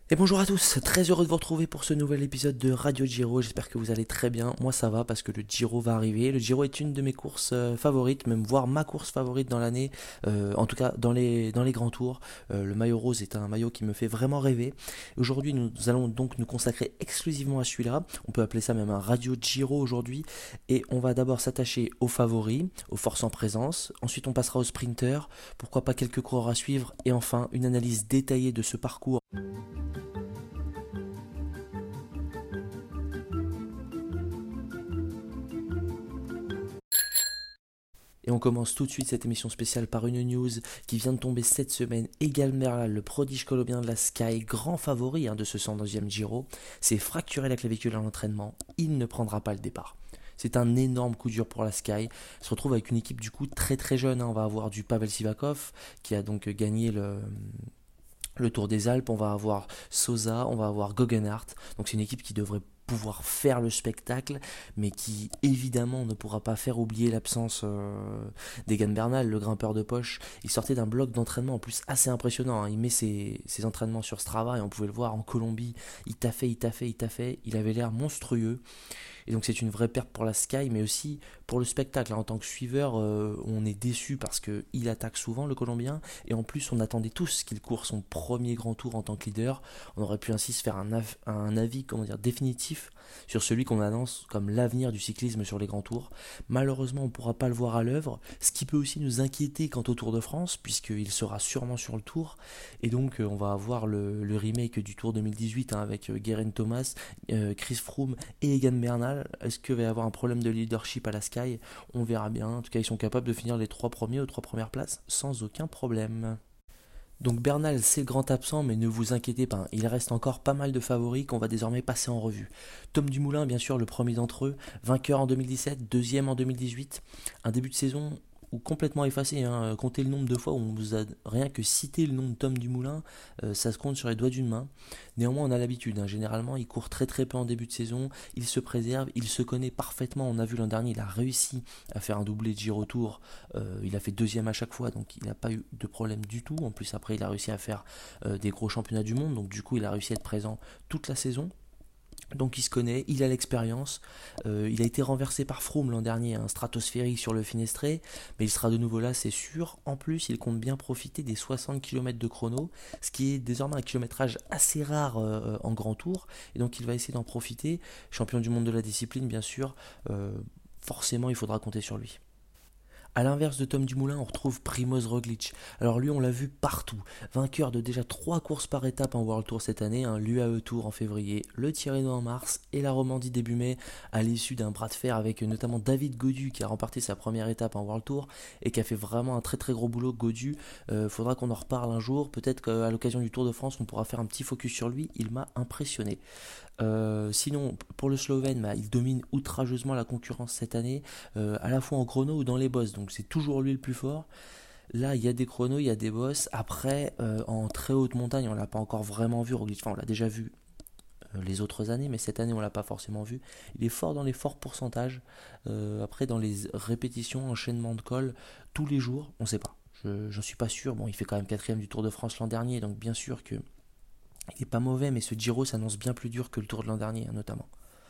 Et bonjour à tous, très heureux de vous retrouver pour ce nouvel épisode de Radio Giro. J'espère que vous allez très bien. Moi ça va parce que le Giro va arriver. Le Giro est une de mes courses favorites, même voire ma course favorite dans l'année, en tout cas dans les grands tours. Le maillot rose est un maillot qui me fait vraiment rêver. Aujourd'hui nous allons donc nous consacrer exclusivement à celui-là. On peut appeler ça même un Radio Giro aujourd'hui. Et on va d'abord s'attacher aux favoris, aux forces en présence. Ensuite on passera aux sprinters, pourquoi pas quelques coureurs à suivre. Et enfin une analyse détaillée de ce parcours. Et on commence tout de suite cette émission spéciale par une news qui vient de tomber cette semaine. Egan Bernal, le prodige colombien de la Sky, grand favori de ce 109e Giro, s'est fracturé la clavicule en entraînement. Il ne prendra pas le départ. C'est un énorme coup dur pour la Sky. Il se retrouve avec une équipe du coup très très jeune. On va avoir du Pavel Sivakov qui a donc gagné le Tour des Alpes, on va avoir Sosa, on va avoir Guggenhardt. Donc c'est une équipe qui devrait pouvoir faire le spectacle, mais qui évidemment ne pourra pas faire oublier l'absence d'Egan Bernal, le grimpeur de poche. Il sortait d'un bloc d'entraînement en plus assez impressionnant, hein. Il met ses entraînements sur Strava et on pouvait le voir en Colombie. Il taffait, il taffait, il taffait. Il avait l'air monstrueux. Et donc c'est une vraie perte pour la Sky, mais aussi pour le spectacle. En tant que suiveur, on est déçu parce qu'il attaque souvent le Colombien. Et en plus, on attendait tous qu'il court son premier grand tour en tant que leader. On aurait pu ainsi se faire un avis définitif sur celui qu'on annonce comme l'avenir du cyclisme sur les grands tours. Malheureusement, on ne pourra pas le voir à l'œuvre, ce qui peut aussi nous inquiéter quant au Tour de France, puisqu'il sera sûrement sur le Tour. Et donc, on va avoir le remake du Tour 2018 avec Geraint Thomas, Chris Froome et Egan Bernal. Est-ce qu'il va y avoir un problème de leadership à la Sky? On verra bien. En tout cas, ils sont capables de finir les trois premiers aux trois premières places sans aucun problème. Donc Bernal, c'est le grand absent, mais ne vous inquiétez pas, il reste encore pas mal de favoris qu'on va désormais passer en revue. Tom Dumoulin, bien sûr, le premier d'entre eux, vainqueur en 2017, deuxième en 2018, un début de saison ou complètement effacé, hein. Comptez le nombre de fois où on vous a rien que cité le nom de Tom Dumoulin, ça se compte sur les doigts d'une main. Néanmoins, on a l'habitude, hein. Généralement, il court très très peu en début de saison, il se préserve, il se connaît parfaitement. On a vu l'an dernier, il a réussi à faire un doublé de Giro Tour, il a fait deuxième à chaque fois, donc il n'a pas eu de problème du tout. En plus, après, il a réussi à faire des gros championnats du monde, donc du coup, il a réussi à être présent toute la saison. Donc il se connaît, il a l'expérience, il a été renversé par Froome l'an dernier, un stratosphérique sur le Finestré, mais il sera de nouveau là, c'est sûr. En plus, il compte bien profiter des 60 km de chrono, ce qui est désormais un kilométrage assez rare en grand tour, et donc il va essayer d'en profiter. Champion du monde de la discipline, bien sûr, forcément il faudra compter sur lui. A l'inverse de Tom Dumoulin, on retrouve Primoz Roglic. Alors lui, on l'a vu partout. Vainqueur de déjà 3 courses par étape en World Tour cette année, l'UAE Tour en février, le Tirreno en mars et la Romandie début mai, à l'issue d'un bras de fer avec notamment David Gaudu qui a remporté sa première étape en World Tour et qui a fait vraiment un très très gros boulot. Gaudu, faudra qu'on en reparle un jour. Peut-être qu'à l'occasion du Tour de France, on pourra faire un petit focus sur lui. Il m'a impressionné. Sinon, pour le Slovène, il domine outrageusement la concurrence cette année, à la fois en chrono ou dans les bosses, donc c'est toujours lui le plus fort. Là, il y a des chronos, il y a des bosses. Après, en très haute montagne, on l'a pas encore vraiment vu. Roglic, enfin, on l'a déjà vu les autres années, mais cette année, on l'a pas forcément vu. Il est fort dans les forts pourcentages. Après, dans les répétitions, enchaînement de col, tous les jours, on sait pas. Je suis pas sûr. Bon, il fait quand même quatrième du Tour de France l'an dernier, donc bien sûr que il est pas mauvais, mais ce Giro s'annonce bien plus dur que le Tour de l'an dernier, notamment.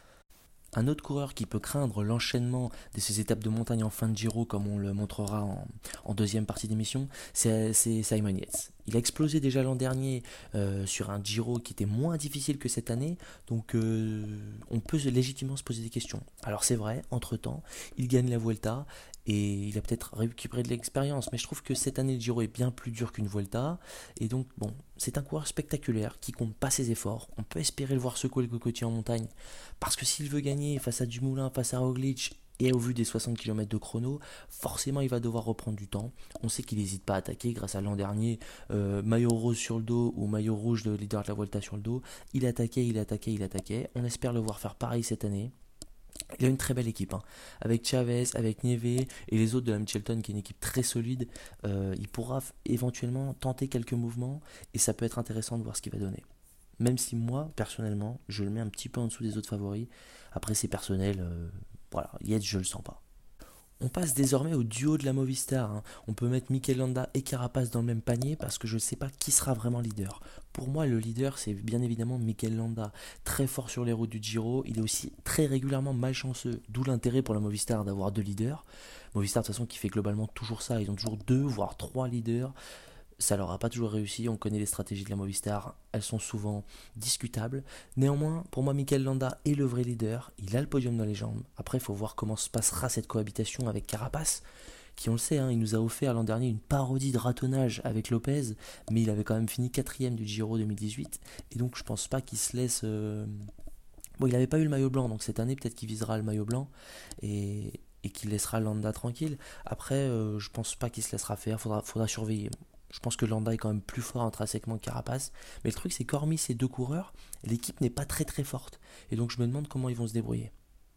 Un autre coureur qui peut craindre l'enchaînement de ces étapes de montagne en fin de Giro, comme on le montrera en deuxième partie d'émission, c'est Simon Yates. Il a explosé déjà l'an dernier sur un Giro qui était moins difficile que cette année, donc on peut légitimement se poser des questions. Alors c'est vrai, entre-temps, il gagne la Vuelta et il a peut-être récupéré de l'expérience, mais je trouve que cette année le Giro est bien plus dur qu'une Vuelta, et donc bon, c'est un coureur spectaculaire qui compte pas ses efforts. On peut espérer le voir secouer le cocotier en montagne, parce que s'il veut gagner face à Dumoulin, face à Roglic, et au vu des 60 km de chrono, forcément il va devoir reprendre du temps. On sait qu'il n'hésite pas à attaquer grâce à l'an dernier, maillot rose sur le dos ou maillot rouge de leader de la Vuelta sur le dos. Il attaquait, il attaquait, il attaquait. On espère le voir faire pareil cette année. Il a une très belle équipe, hein. Avec Chavez, avec Nieve et les autres de la Mitchelton qui est une équipe très solide. Il pourra éventuellement tenter quelques mouvements et ça peut être intéressant de voir ce qu'il va donner. Même si moi, personnellement, je le mets un petit peu en dessous des autres favoris. Après, c'est personnel. Voilà, Yates, je le sens pas. On passe désormais au duo de la Movistar, hein. On peut mettre Mikel Landa et Carapaz dans le même panier parce que je ne sais pas qui sera vraiment leader. Pour moi, le leader, c'est bien évidemment Mikel Landa. Très fort sur les routes du Giro, il est aussi très régulièrement malchanceux. D'où l'intérêt pour la Movistar d'avoir deux leaders. Movistar, de toute façon, qui fait globalement toujours ça. Ils ont toujours deux, voire trois leaders. Ça leur a pas toujours réussi, on connaît les stratégies de la Movistar, elles sont souvent discutables. Néanmoins, pour moi, Mikel Landa est le vrai leader, il a le podium dans les jambes. Après, il faut voir comment se passera cette cohabitation avec Carapace, qui on le sait, hein, il nous a offert l'an dernier une parodie de ratonnage avec Lopez, mais il avait quand même fini quatrième du Giro 2018, et donc je pense pas qu'il se laisse... Bon, il n'avait pas eu le maillot blanc, donc cette année peut-être qu'il visera le maillot blanc, et qu'il laissera Landa tranquille. Après, je pense pas qu'il se laissera faire, faudra surveiller. Je pense que Landa est quand même plus fort intrinsèquement que Carapace. Mais le truc, c'est qu'hormis ces deux coureurs, l'équipe n'est pas très très forte. Et donc je me demande comment ils vont se débrouiller.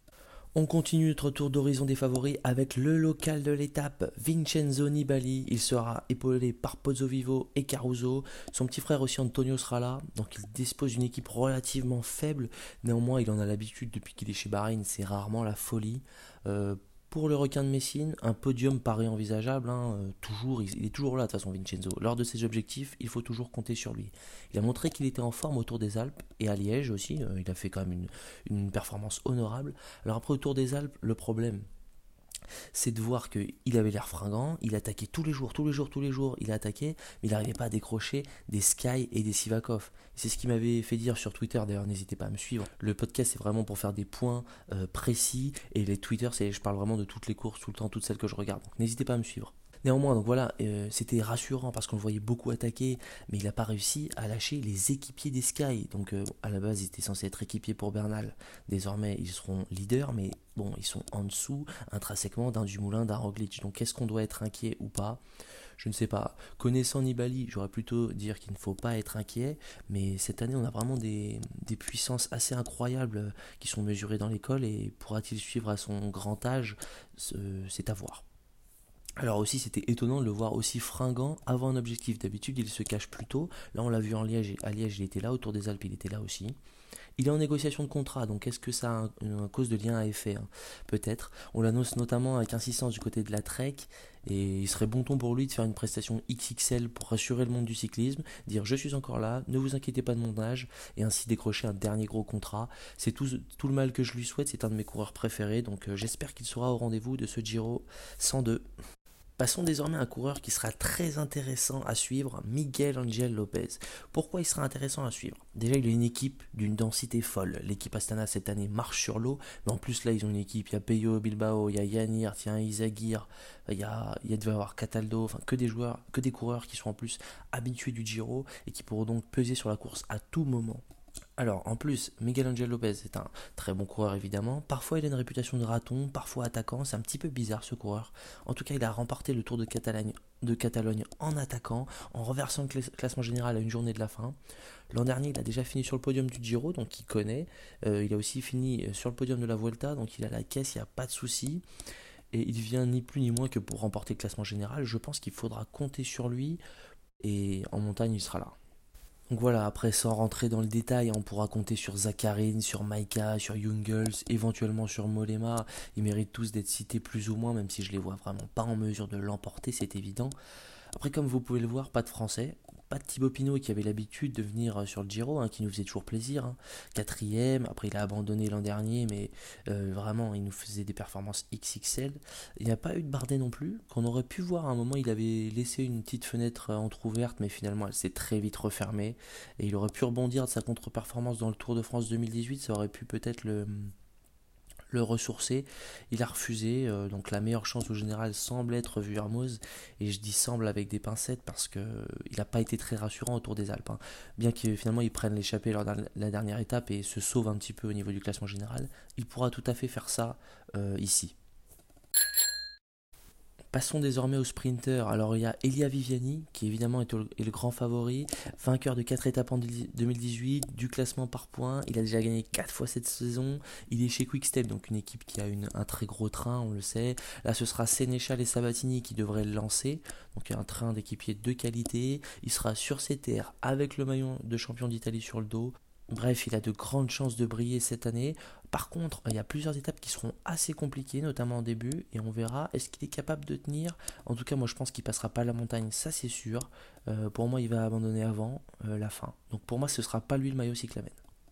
On continue notre tour d'horizon des favoris avec le local de l'étape, Vincenzo Nibali. Il sera épaulé par Pozzovivo et Caruso. Son petit frère aussi Antonio sera là. Donc il dispose d'une équipe relativement faible. Néanmoins, il en a l'habitude depuis qu'il est chez Bahreïn. C'est rarement la folie. Pour le requin de Messine, un podium paraît envisageable, hein, toujours, il est toujours là de toute façon Vincenzo. Lors de ses objectifs, il faut toujours compter sur lui. Il a montré qu'il était en forme au Tour des Alpes et à Liège aussi, il a fait quand même une performance honorable. Alors après au Tour des Alpes, le problème, c'est de voir qu'il avait l'air fringant, il attaquait tous les jours, tous les jours, tous les jours, il attaquait, mais il n'arrivait pas à décrocher des Sky et des Sivakov. C'est ce qui m'avait fait dire sur Twitter, d'ailleurs n'hésitez pas à me suivre. Le podcast c'est vraiment pour faire des points précis, et les Twitter je parle vraiment de toutes les courses, tout le temps, toutes celles que je regarde. Donc n'hésitez pas à me suivre. Néanmoins, donc voilà, c'était rassurant parce qu'on le voyait beaucoup attaquer, mais il n'a pas réussi à lâcher les équipiers des Sky. Donc à la base, ils étaient censés être équipiers pour Bernal. Désormais, ils seront leaders, mais bon, ils sont en dessous intrinsèquement d'un Dumoulin, d'un Roglic. Donc est-ce qu'on doit être inquiet ou pas? Je ne sais pas. Connaissant Nibali, j'aurais plutôt dire qu'il ne faut pas être inquiet, mais cette année, on a vraiment des puissances assez incroyables qui sont mesurées dans l'école, et pourra-t-il suivre à son grand âge? C'est à voir. Alors aussi, c'était étonnant de le voir aussi fringant avant un objectif. D'habitude, il se cache plus tôt. Là, on l'a vu en Liège. À Liège, il était là. Autour des Alpes, il était là aussi. Il est en négociation de contrat, donc est-ce que ça a une cause de lien à effet, hein? Peut-être. On l'annonce notamment avec insistance du côté de la Trek, et il serait bon ton pour lui de faire une prestation XXL pour rassurer le monde du cyclisme, dire je suis encore là, ne vous inquiétez pas de mon âge, et ainsi décrocher un dernier gros contrat. C'est tout le mal que je lui souhaite, c'est un de mes coureurs préférés, donc j'espère qu'il sera au rendez-vous de ce Giro 102. Passons désormais à un coureur qui sera très intéressant à suivre, Miguel Angel Lopez. Pourquoi il sera intéressant à suivre? Déjà, il a une équipe d'une densité folle. L'équipe Astana cette année marche sur l'eau, mais en plus là, ils ont une équipe. Il y a Peyo Bilbao, il y a Yanir, tiens, Izagir, il devait y avoir Cataldo, enfin que des joueurs, que des coureurs qui sont en plus habitués du Giro et qui pourront donc peser sur la course à tout moment. Alors, en plus, Miguel Angel Lopez est un très bon coureur évidemment. Parfois, il a une réputation de raton, parfois attaquant. C'est un petit peu bizarre ce coureur. En tout cas, il a remporté le Tour de Catalogne en attaquant, en renversant le classement général à une journée de la fin. L'an dernier, il a déjà fini sur le podium du Giro, donc il connaît. Il a aussi fini sur le podium de la Vuelta, donc il a la caisse, il n'y a pas de souci. Et il vient ni plus ni moins que pour remporter le classement général. Je pense qu'il faudra compter sur lui, et en montagne, il sera là. Donc voilà, après sans rentrer dans le détail, on pourra compter sur Zakharine, sur Maika, sur Jungels, éventuellement sur Molema. Ils méritent tous d'être cités plus ou moins, même si je les vois vraiment pas en mesure de l'emporter, c'est évident. Après, comme vous pouvez le voir, pas de français, pas de Thibaut Pinot qui avait l'habitude de venir sur le Giro, hein, qui nous faisait toujours plaisir, hein. Quatrième, après il a abandonné l'an dernier, mais vraiment il nous faisait des performances XXL. Il n'y a pas eu de Bardet non plus, qu'on aurait pu voir à un moment, il avait laissé une petite fenêtre entrouverte, mais finalement elle s'est très vite refermée, et il aurait pu rebondir de sa contre-performance dans le Tour de France 2018, ça aurait pu peut-être le ressourcer. Il a refusé, donc la meilleure chance au général semble être Vuillermoz, et je dis semble avec des pincettes parce que il n'a pas été très rassurant autour des Alpes, hein. Bien que finalement il prenne l'échappée lors de la dernière étape et se sauve un petit peu au niveau du classement général, il pourra tout à fait faire ça ici. Passons désormais au sprinter. Alors il y a Elia Viviani qui évidemment est le grand favori, vainqueur de 4 étapes en 2018, du classement par points. Il a déjà gagné 4 fois cette saison. Il est chez Quickstep, donc une équipe qui a un très gros train, on le sait. Là ce sera Sénéchal et Sabatini qui devraient le lancer. Donc un train d'équipiers de qualité. Il sera sur ses terres avec le maillot de champion d'Italie sur le dos. Bref, il a de grandes chances de briller cette année. Par contre, il y a plusieurs étapes qui seront assez compliquées, notamment au début, et on verra est-ce qu'il est capable de tenir. En tout cas, moi je pense qu'il passera pas la montagne, ça c'est sûr. Pour moi, il va abandonner avant la fin. Donc pour moi, ce sera pas lui le maillot cyclamen.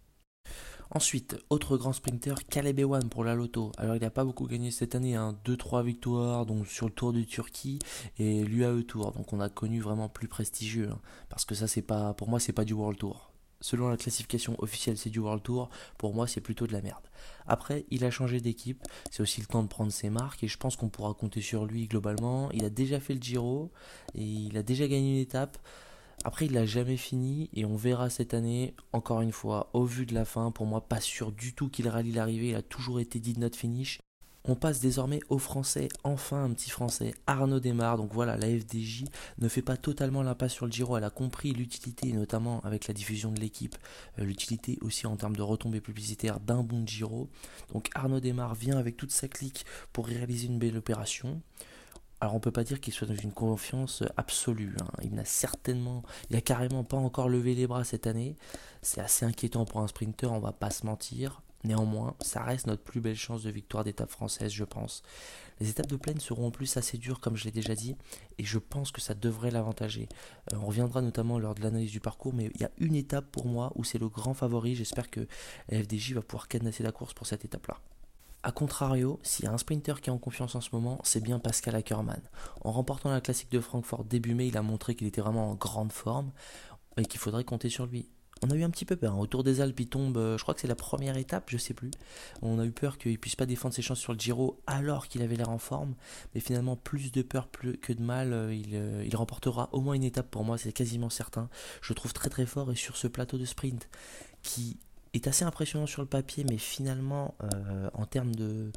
Ensuite, autre grand sprinter, Caleb Ewan pour la Lotto. Alors il n'a pas beaucoup gagné cette année, hein, 2-3 victoires donc sur le Tour de Turquie et l'UAE Tour. Donc on a connu vraiment plus prestigieux, hein, parce que ça c'est pas, pour moi c'est pas du World Tour. Selon la classification officielle c'est du World Tour, pour moi c'est plutôt de la merde. Après il a changé d'équipe, c'est aussi le temps de prendre ses marques et je pense qu'on pourra compter sur lui globalement. Il a déjà fait le Giro et il a déjà gagné une étape. Après, il l'a jamais fini et on verra cette année, encore une fois, au vu de la fin, pour moi, pas sûr du tout qu'il rallie l'arrivée, il a toujours été dit de notre finish. On passe désormais au français, enfin un petit français, Arnaud Desmar. Donc voilà, la FDJ ne fait pas totalement l'impasse sur le Giro, elle a compris l'utilité, notamment avec la diffusion de l'équipe, l'utilité aussi en termes de retombées publicitaires d'un bon Giro. Donc Arnaud Desmar vient avec toute sa clique pour réaliser une belle opération. Alors on peut pas dire qu'il soit dans une confiance absolue, hein. Il a carrément pas encore levé les bras cette année. C'est assez inquiétant pour un sprinter, on va pas se mentir. Néanmoins, ça reste notre plus belle chance de victoire d'étape française, je pense. Les étapes de plaine seront en plus assez dures, comme je l'ai déjà dit, et je pense que ça devrait l'avantager. On reviendra notamment lors de l'analyse du parcours, mais il y a une étape pour moi où c'est le grand favori. J'espère que la FDJ va pouvoir cadenasser la course pour cette étape-là. A contrario, s'il y a un sprinter qui est en confiance en ce moment, c'est bien Pascal Ackermann. En remportant la classique de Francfort début mai, il a montré qu'il était vraiment en grande forme et qu'il faudrait compter sur lui. On a eu un petit peu peur, hein. Autour des Alpes, il tombe, je crois que c'est la première étape, je sais plus. On a eu peur qu'il puisse pas défendre ses chances sur le Giro alors qu'il avait l'air en forme. Mais finalement, plus de peur que de mal, il remportera au moins une étape pour moi, c'est quasiment certain. Je le trouve très très fort et sur ce plateau de sprint qui est assez impressionnant sur le papier, mais finalement, en termes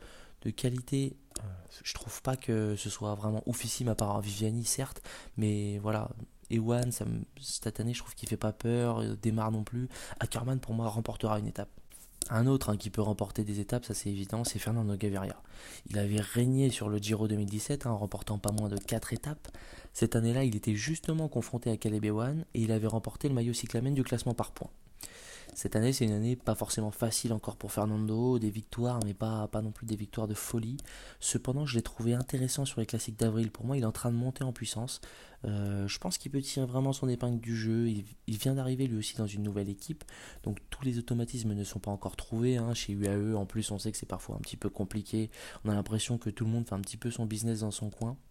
de qualité, je trouve pas que ce soit vraiment oufissime à part Viviani, certes, mais voilà. Ewan, cette année, je trouve qu'il fait pas peur, Démarre non plus. Ackermann, pour moi, remportera une étape. Un autre, hein, qui peut remporter des étapes, ça c'est évident, c'est Fernando Gaviria. Il avait régné sur le Giro 2017, hein, en remportant pas moins de 4 étapes. Cette année-là, il était justement confronté à Caleb Ewan et il avait remporté le maillot cyclamen du classement par points. Cette année, c'est une année pas forcément facile encore pour Fernando, des victoires, mais pas non plus des victoires de folie. Cependant, je l'ai trouvé intéressant sur les classiques d'avril. Pour moi, il est en train de monter en puissance. Je pense qu'il peut tirer vraiment son épingle du jeu. Il vient d'arriver lui aussi dans une nouvelle équipe, donc tous les automatismes ne sont pas encore trouvés, hein. Chez UAE, en plus, on sait que c'est parfois un petit peu compliqué. On a l'impression que tout le monde fait un petit peu son business dans son coin.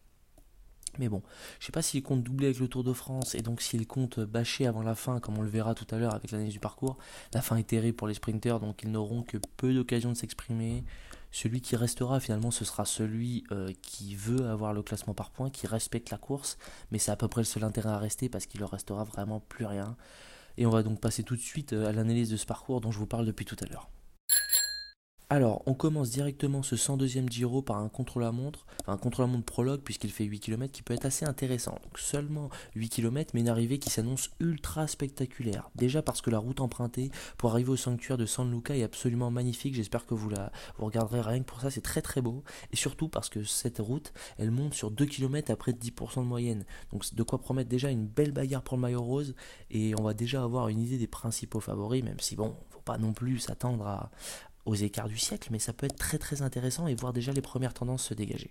Mais bon, je sais pas s'il compte doubler avec le Tour de France et donc s'il compte bâcher avant la fin, comme on le verra tout à l'heure avec l'analyse du parcours. La fin est terrible pour les sprinters, donc ils n'auront que peu d'occasions de s'exprimer. Celui qui restera finalement, ce sera celui qui veut avoir le classement par points, qui respecte la course, mais c'est à peu près le seul intérêt à rester parce qu'il ne restera vraiment plus rien. Et on va donc passer tout de suite à l'analyse de ce parcours dont je vous parle depuis tout à l'heure. Alors, on commence directement ce 102e Giro par un contre-la-montre, enfin un contre-la-montre prologue puisqu'il fait 8 km qui peut être assez intéressant. Donc seulement 8 km mais une arrivée qui s'annonce ultra spectaculaire. Déjà parce que la route empruntée pour arriver au sanctuaire de San Luca est absolument magnifique, j'espère que vous regarderez rien que pour ça, c'est très très beau. Et surtout parce que cette route, elle monte sur 2 km à près de 10% de moyenne. Donc de quoi promettre déjà une belle bagarre pour le maillot rose et on va déjà avoir une idée des principaux favoris, même si bon, faut pas non plus s'attendre aux écarts du siècle, mais ça peut être très très intéressant et voir déjà les premières tendances se dégager.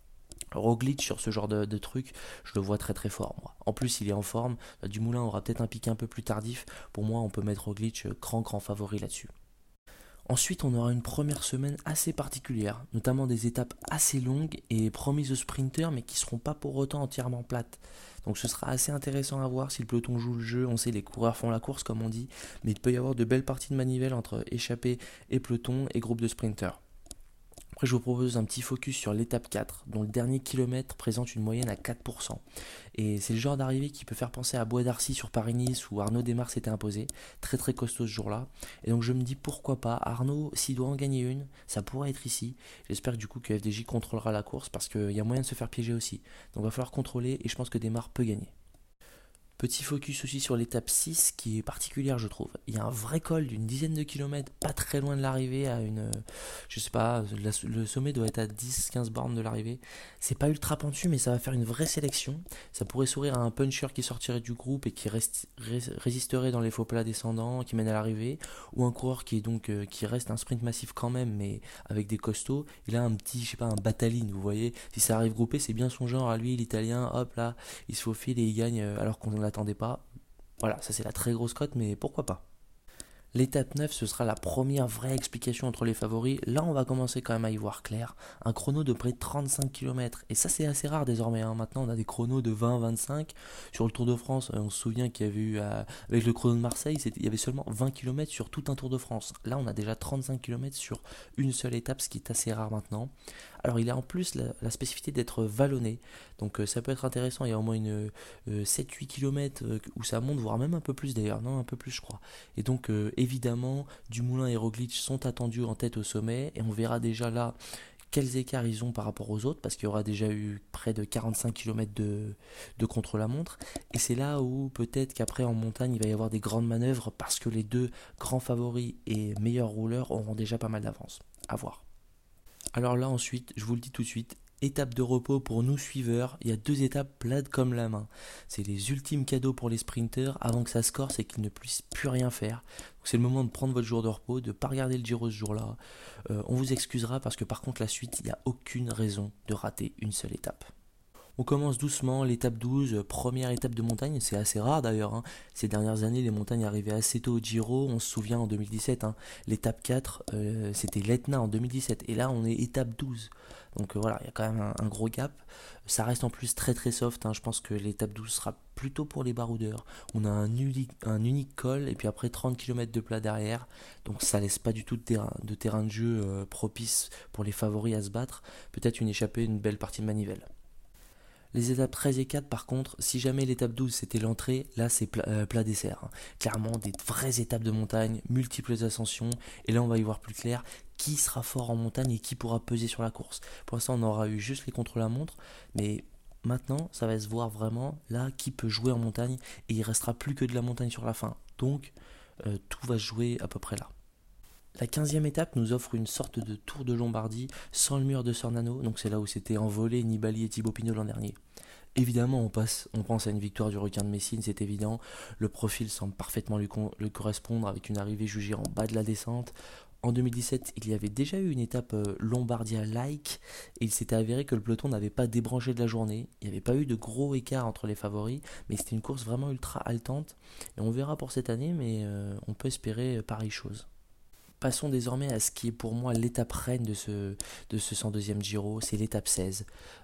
Roglic sur ce genre de truc, je le vois très très fort moi. En plus il est en forme, Dumoulin aura peut-être un pic un peu plus tardif, pour moi on peut mettre Roglic grand favori là-dessus. Ensuite, on aura une première semaine assez particulière, notamment des étapes assez longues et promises aux sprinters, mais qui ne seront pas pour autant entièrement plates. Donc ce sera assez intéressant à voir si le peloton joue le jeu. On sait les coureurs font la course comme on dit, mais il peut y avoir de belles parties de manivelle entre échappée et peloton et groupe de sprinters. Après, je vous propose un petit focus sur l'étape 4, dont le dernier kilomètre présente une moyenne à 4%. Et c'est le genre d'arrivée qui peut faire penser à Bois d'Arcy sur Paris-Nice, où Arnaud Desmar s'était imposé. Très très costaud ce jour-là. Et donc je me dis pourquoi pas, Arnaud, s'il doit en gagner une, ça pourrait être ici. J'espère du coup que FDJ contrôlera la course, parce qu'il y a moyen de se faire piéger aussi. Donc il va falloir contrôler, et je pense que Desmar peut gagner. Petit focus aussi sur l'étape 6 qui est particulière je trouve. Il y a un vrai col d'une dizaine de kilomètres, pas très loin de l'arrivée, à une, je sais pas, le sommet doit être à 10-15 bornes de l'arrivée. C'est pas ultra pentu mais ça va faire une vraie sélection. Ça pourrait sourire à un puncher qui sortirait du groupe et qui résisterait dans les faux plats descendants, qui mène à l'arrivée, ou un coureur qui est donc qui reste un sprint massif quand même mais avec des costauds. Il a un petit, je sais pas, un Bataline, vous voyez. Si ça arrive groupé, c'est bien son genre à lui, l'italien, hop là, il se faufile et il gagne alors qu'on ne l'attendait pas. Voilà, ça c'est la très grosse cote, mais pourquoi pas. L'étape 9, ce sera la première vraie explication entre les favoris. Là, on va commencer quand même à y voir clair. Un chrono de près de 35 km. Et ça, c'est assez rare désormais. Maintenant, on a des chronos de 20-25. Sur le Tour de France, on se souvient qu'il y avait eu, avec le chrono de Marseille, il y avait seulement 20 km sur tout un Tour de France. Là, on a déjà 35 km sur une seule étape, ce qui est assez rare maintenant. Alors, il a en plus la spécificité d'être vallonné. Donc, ça peut être intéressant. Il y a au moins une 7-8 km où ça monte, voire même un peu plus d'ailleurs. Non, un peu plus, je crois. Et donc, évidemment, Dumoulin et Roglic sont attendus en tête au sommet. Et on verra déjà là quels écarts ils ont par rapport aux autres, parce qu'il y aura déjà eu près de 45 km de contre-la-montre. Et c'est là où peut-être qu'après en montagne, il va y avoir des grandes manœuvres, parce que les deux grands favoris et meilleurs rouleurs auront déjà pas mal d'avance. À voir. Alors là ensuite, je vous le dis tout de suite, étape de repos pour nous suiveurs, il y a 2 étapes plates comme la main. C'est les ultimes cadeaux pour les sprinters avant que ça se corse et qu'ils ne puissent plus rien faire. Donc c'est le moment de prendre votre jour de repos, de ne pas regarder le Giro ce jour-là. On vous excusera parce que par contre la suite, il n'y a aucune raison de rater une seule étape. On commence doucement, l'étape 12, première étape de montagne, c'est assez rare d'ailleurs. Ces dernières années, les montagnes arrivaient assez tôt au Giro, on se souvient en 2017, l'étape 4, c'était l'Etna en 2017, et là on est étape 12. Donc voilà, il y a quand même un gros gap. Ça reste en plus très très soft, je pense que l'étape 12 sera plutôt pour les baroudeurs. On a un unique col, et puis après 30 km de plat derrière, donc ça laisse pas du tout de terrain de jeu propice pour les favoris à se battre. Peut-être une échappée, une belle partie de manivelle. Les étapes 13 et 4 par contre, si jamais l'étape 12 c'était l'entrée, là c'est plat dessert. Clairement des vraies étapes de montagne, multiples ascensions, et là on va y voir plus clair qui sera fort en montagne et qui pourra peser sur la course. Pour l'instant on aura eu juste les contre-la-montre, mais maintenant ça va se voir vraiment là qui peut jouer en montagne, et il restera plus que de la montagne sur la fin. Donc tout va se jouer à peu près là. La 15e étape nous offre une sorte de Tour de Lombardie sans le mur de Sornano, donc c'est là où s'étaient envolés Nibali et Thibaut Pinot l'an dernier. Évidemment, on pense à une victoire du requin de Messine, c'est évident. Le profil semble parfaitement lui correspondre, avec une arrivée jugée en bas de la descente. En 2017, il y avait déjà eu une étape Lombardia-like, et il s'était avéré que le peloton n'avait pas débranché de la journée. Il n'y avait pas eu de gros écart entre les favoris, mais c'était une course vraiment ultra haletante. Et on verra pour cette année, mais on peut espérer pareille chose. Passons désormais à ce qui est pour moi l'étape reine de ce 102e Giro, c'est l'étape 16.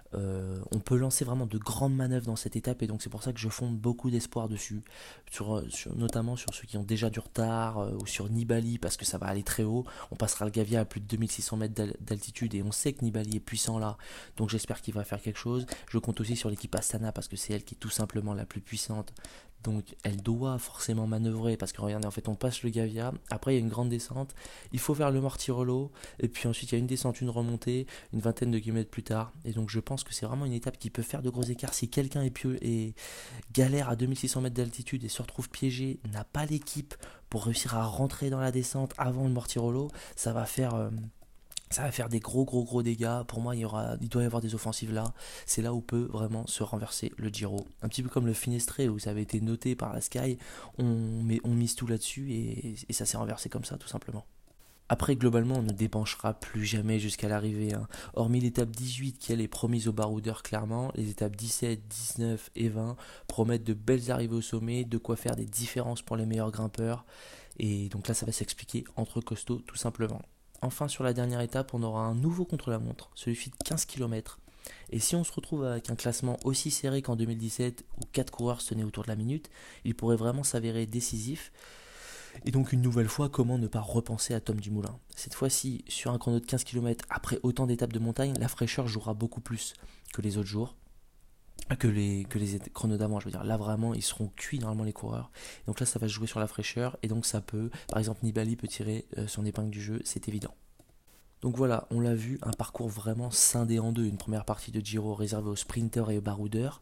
On peut lancer vraiment de grandes manœuvres dans cette étape, et donc c'est pour ça que je fonde beaucoup d'espoir dessus, notamment sur ceux qui ont déjà du retard, ou sur Nibali parce que ça va aller très haut. On passera le Gavia à plus de 2600 mètres d'altitude et on sait que Nibali est puissant là, donc j'espère qu'il va faire quelque chose. Je compte aussi sur l'équipe Astana parce que c'est elle qui est tout simplement la plus puissante. Donc elle doit forcément manœuvrer parce que regardez, en fait on passe le Gavia, après il y a une grande descente, il faut faire le Mortirolo, et puis ensuite il y a une descente, une remontée, une vingtaine de kilomètres plus tard. Et donc je pense que c'est vraiment une étape qui peut faire de gros écarts. Si quelqu'un est galère à 2600 mètres d'altitude et se retrouve piégé, n'a pas l'équipe pour réussir à rentrer dans la descente avant le Mortirolo, ça va faire des gros dégâts. Pour moi, il doit y avoir des offensives là. C'est là où peut vraiment se renverser le Giro. Un petit peu comme le Finestré où ça avait été noté par la Sky. On mise tout là-dessus et ça s'est renversé comme ça, tout simplement. Après, globalement, on ne dépenchera plus jamais jusqu'à l'arrivée. Hormis l'étape 18 qui elle est promise aux baroudeurs clairement, les étapes 17, 19 et 20 promettent de belles arrivées au sommet, de quoi faire des différences pour les meilleurs grimpeurs. Et donc là, ça va s'expliquer entre costauds, tout simplement. Enfin, sur la dernière étape, on aura un nouveau contre-la-montre, celui de 15 km. Et si on se retrouve avec un classement aussi serré qu'en 2017, où 4 coureurs se tenaient autour de la minute, il pourrait vraiment s'avérer décisif. Et donc une nouvelle fois, comment ne pas repenser à Tom Dumoulin. Cette fois-ci, sur un chrono de 15 km, après autant d'étapes de montagne, la fraîcheur jouera beaucoup plus que les autres jours. Que les chronos d'avant, je veux dire, là vraiment ils seront cuits normalement les coureurs, donc là ça va se jouer sur la fraîcheur, et donc ça peut, par exemple Nibali peut tirer son épingle du jeu, c'est évident. Donc voilà, on l'a vu, un parcours vraiment scindé en deux, une première partie de Giro réservée aux sprinters et aux baroudeurs,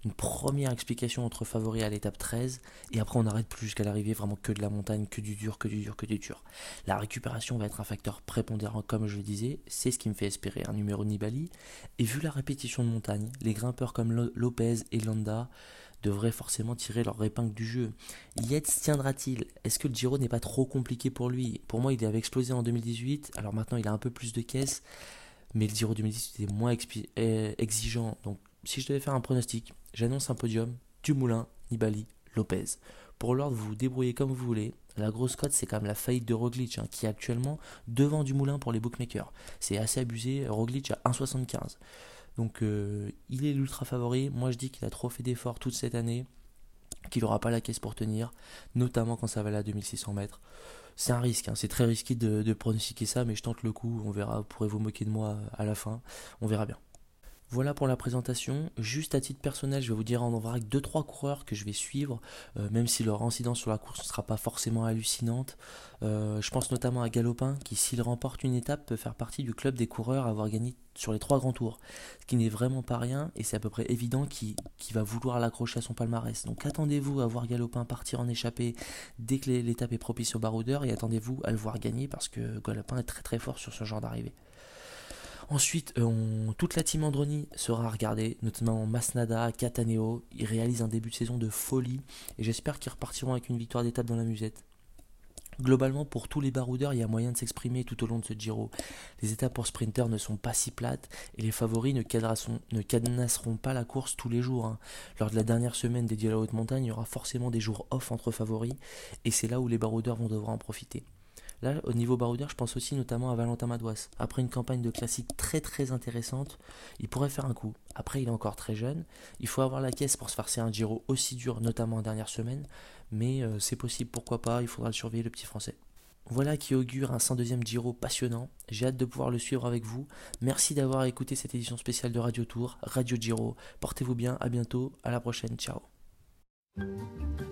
une première explication entre favoris à l'étape 13, et après on n'arrête plus jusqu'à l'arrivée, vraiment que de la montagne, que du dur, que du dur, que du dur. La récupération va être un facteur prépondérant, comme je le disais, c'est ce qui me fait espérer un numéro Nibali, et vu la répétition de montagne, les grimpeurs comme Lopez et Landa devraient forcément tirer leur épingle du jeu. Yates tiendra-t-il? Est-ce que le Giro n'est pas trop compliqué pour lui? Pour moi, il avait explosé en 2018, alors maintenant il a un peu plus de caisse, mais le Giro 2018 était moins exigeant. Donc, si je devais faire un pronostic, j'annonce un podium: Dumoulin, Nibali, Lopez. Pour l'ordre, vous vous débrouillez comme vous voulez. La grosse cote, c'est quand même la faillite de Roglic, qui est actuellement devant Dumoulin pour les bookmakers. C'est assez abusé. Roglic à 1,75. Donc, il est l'ultra favori. Moi, je dis qu'il a trop fait d'efforts toute cette année, qu'il n'aura pas la caisse pour tenir, notamment quand ça va aller à 2600 mètres. C'est un risque, c'est très risqué de pronostiquer ça, mais je tente le coup, on verra, vous pourrez vous moquer de moi à la fin, on verra bien. Voilà pour la présentation. Juste à titre personnel, je vais vous dire en vrac 2-3 coureurs que je vais suivre, même si leur incidence sur la course ne sera pas forcément hallucinante. Je pense notamment à Galopin, qui s'il remporte une étape peut faire partie du club des coureurs à avoir gagné sur les 3 grands tours, ce qui n'est vraiment pas rien, et c'est à peu près évident qu'il va vouloir l'accrocher à son palmarès. Donc attendez-vous à voir Galopin partir en échappée dès que l'étape est propice au baroudeur, et attendez-vous à le voir gagner parce que Galopin est très très fort sur ce genre d'arrivée. Ensuite, toute la team Androni sera regardée, notamment Masnada, Cataneo. Ils réalisent un début de saison de folie et j'espère qu'ils repartiront avec une victoire d'étape dans la musette. Globalement, pour tous les baroudeurs, il y a moyen de s'exprimer tout au long de ce Giro. Les étapes pour sprinters ne sont pas si plates et les favoris ne cadenasseront pas la course tous les jours. Lors de la dernière semaine dédiée à la haute montagne, il y aura forcément des jours off entre favoris et c'est là où les baroudeurs vont devoir en profiter. Là, au niveau baroudeur, je pense aussi notamment à Valentin Madouas. Après une campagne de classique très très intéressante, il pourrait faire un coup. Après, il est encore très jeune. Il faut avoir la caisse pour se farcer un Giro aussi dur, notamment en dernière semaine. Mais c'est possible, pourquoi pas, il faudra le surveiller, le petit français. Voilà qui augure un 102e Giro passionnant. J'ai hâte de pouvoir le suivre avec vous. Merci d'avoir écouté cette édition spéciale de Radio Tour, Radio Giro. Portez-vous bien, à bientôt, à la prochaine, ciao.